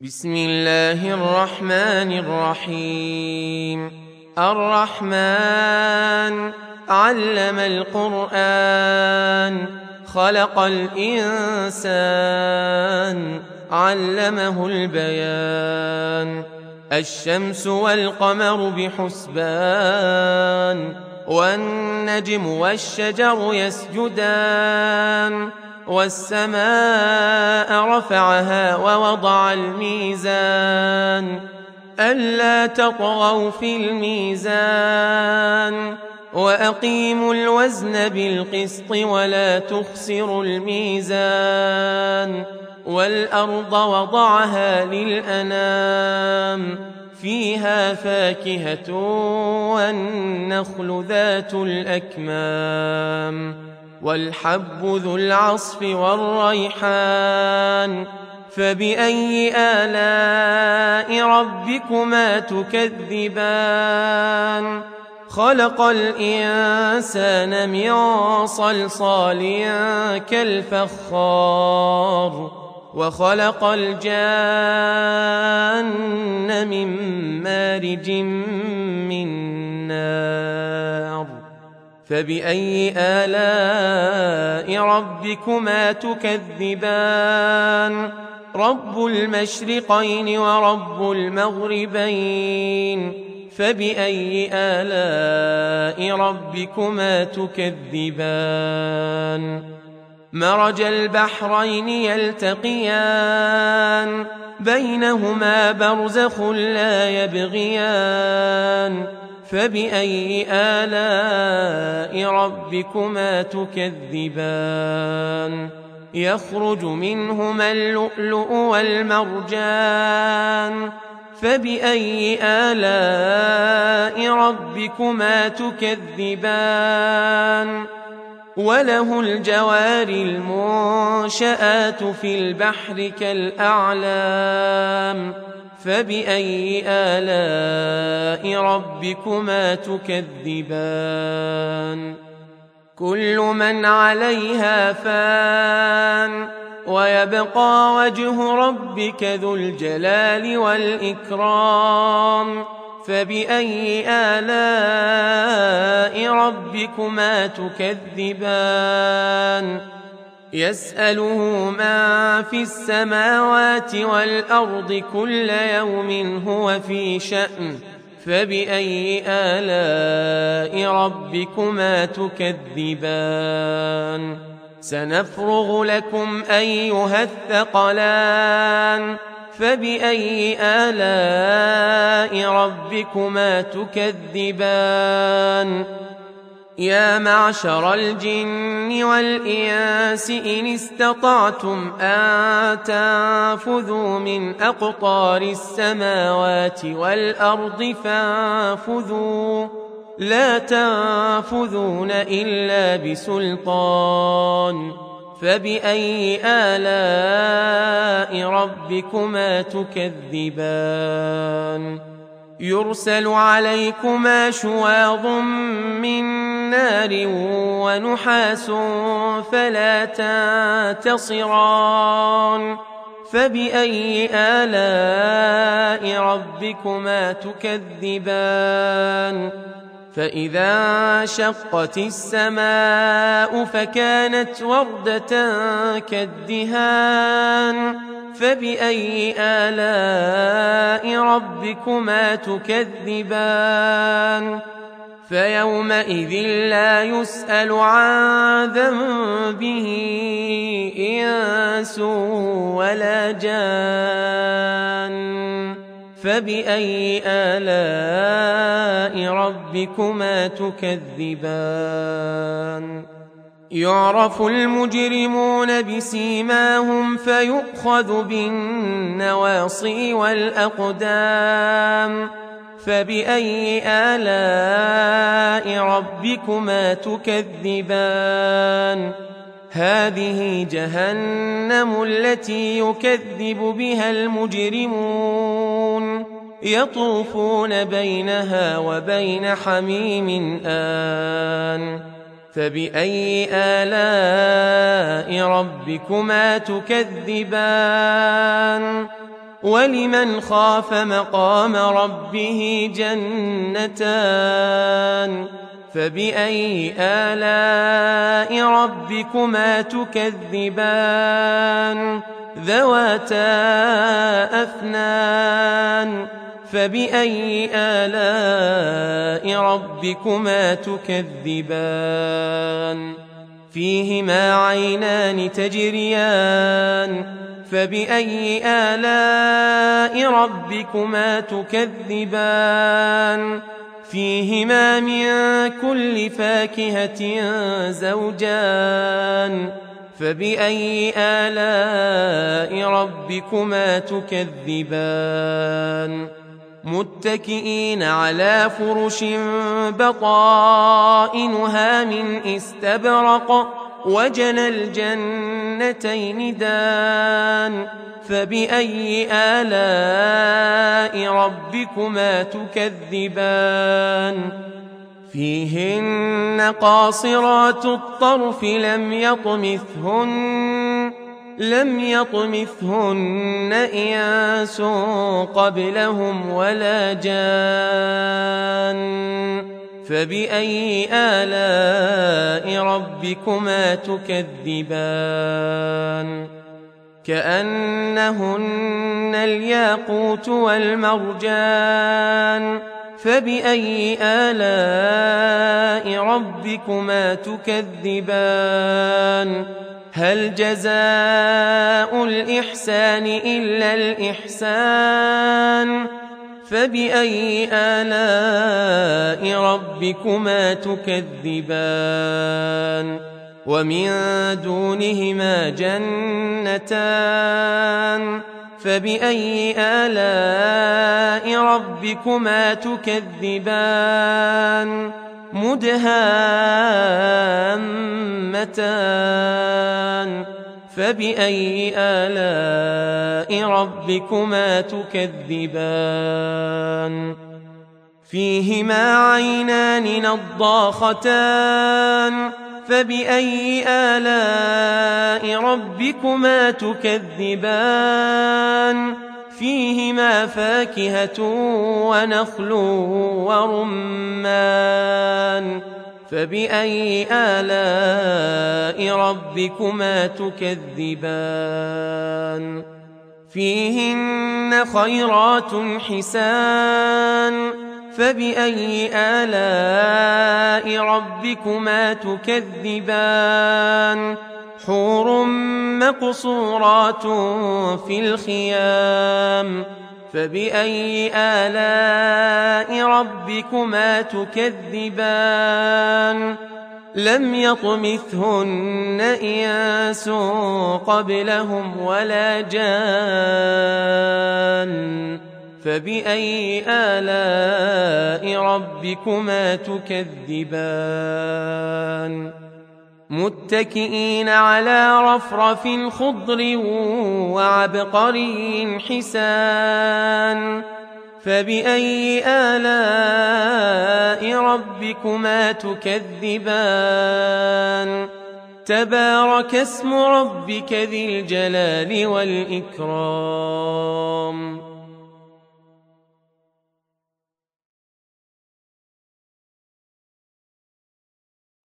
بسم الله الرحمن الرحيم. الرحمن علم القرآن خلق الإنسان علمه البيان. الشمس والقمر بحسبان والنجم والشجر يسجدان والسماء رفعها ووضع الميزان ألا تطغوا في الميزان وأقيموا الوزن بالقسط ولا تخسروا الميزان. والأرض وضعها للأنام فيها فاكهة والنخل ذات الأكمام والحب ذو العصف والريحان. فبأي آلاء ربكما تكذبان؟ خلق الإنسان من صلصال كالفخار وخلق الجان من مارج من نار. فبأي آلاء ربكما تكذبان؟ رب المشرقين ورب المغربين. فبأي آلاء ربكما تكذبان؟ مرج البحرين يلتقيان بينهما برزخ لا يبغيان. فبأي آلاء ربكما تكذبان؟ يخرج منهما اللؤلؤ والمرجان. فبأي آلاء ربكما تكذبان؟ وله الجوار المنشآت في البحر كالأعلام. فبأي آلاء ربكما تكذبان؟ كل من عليها فان ويبقى وجه ربك ذو الجلال والإكرام. فبأي آلاء ربكما تكذبان؟ يسأله من في السماوات والأرض كل يوم هو في شأن. فبأي آلاء ربكما تكذبان؟ سنفرغ لكم أيها الثقلان. فبأي آلاء ربكما تكذبان؟ يا معشر الجن والإنس إن استطعتم أن تنفذوا من أقطار السماوات والأرض فانفذوا لا تنفذون إلا بسلطان. فبأي آلاء ربكما تكذبان؟ يرسل عليكما شواظ من نار ونحاس فلا تنتصران. فبأي آلاء ربكما تكذبان؟ فإذا انشقت السماء فكانت وردة كالدهان. فبأي آلاء ربكما تكذبان؟ فيومئذ لا يسأل عن ذنبه إنس ولا جان. فبأي آلاء ربكما تكذبان؟ يعرف المجرمون بسيماهم فيؤخذ بالنواصي والأقدام. فبأي آلاء ربكما تكذبان؟ هذه جهنم التي يكذب بها المجرمون يطوفون بينها وبين حميم آن. فبأي آلاء ربكما تكذبان؟ ولمن خاف مقام ربه جنتان فبأي آلاء ربكما تكذبان ذواتا أفنان فبأي آلاء ربكما تكذبان فيهما عينان تجريان فبأي آلاء ربكما تكذبان فيهما من كل فاكهة زوجان فبأي آلاء ربكما تكذبان متكئين على فرش بطائنها من استبرق وجنى الجنتين دان فبأي آلاء ربكما تكذبان فيهن قاصرات الطرف لم يطمثهن إنس قبلهم ولا جان فبأي آلاء ربكما تكذبان كأنهن الياقوت والمرجان فبأي آلاء ربكما تكذبان هل جزاء الإحسان إلا الإحسان فبأي آلاء ربكما تكذبان ومن دونهما جنتان فبأي آلاء ربكما تكذبان مدهامتان فبأي آلاء ربكما تكذبان فيهما عينان نضاختان فبأي آلاء ربكما تكذبان فيهما فاكهة ونخل ورمان فبأي آلاء ربكما تكذبان فيهن خيرات حسان فبأي آلاء ربكما تكذبان حور مقصورات في الخيام فبأي آلاء ربكما تكذبان لم يطمثهن إنس قبلهم ولا جان فبأي آلاء ربكما تكذبان متكئين على رفرف خضر وعبقري حسان فبأي آلاء ربكما تكذبان تبارك اسم ربك ذي الجلال والإكرام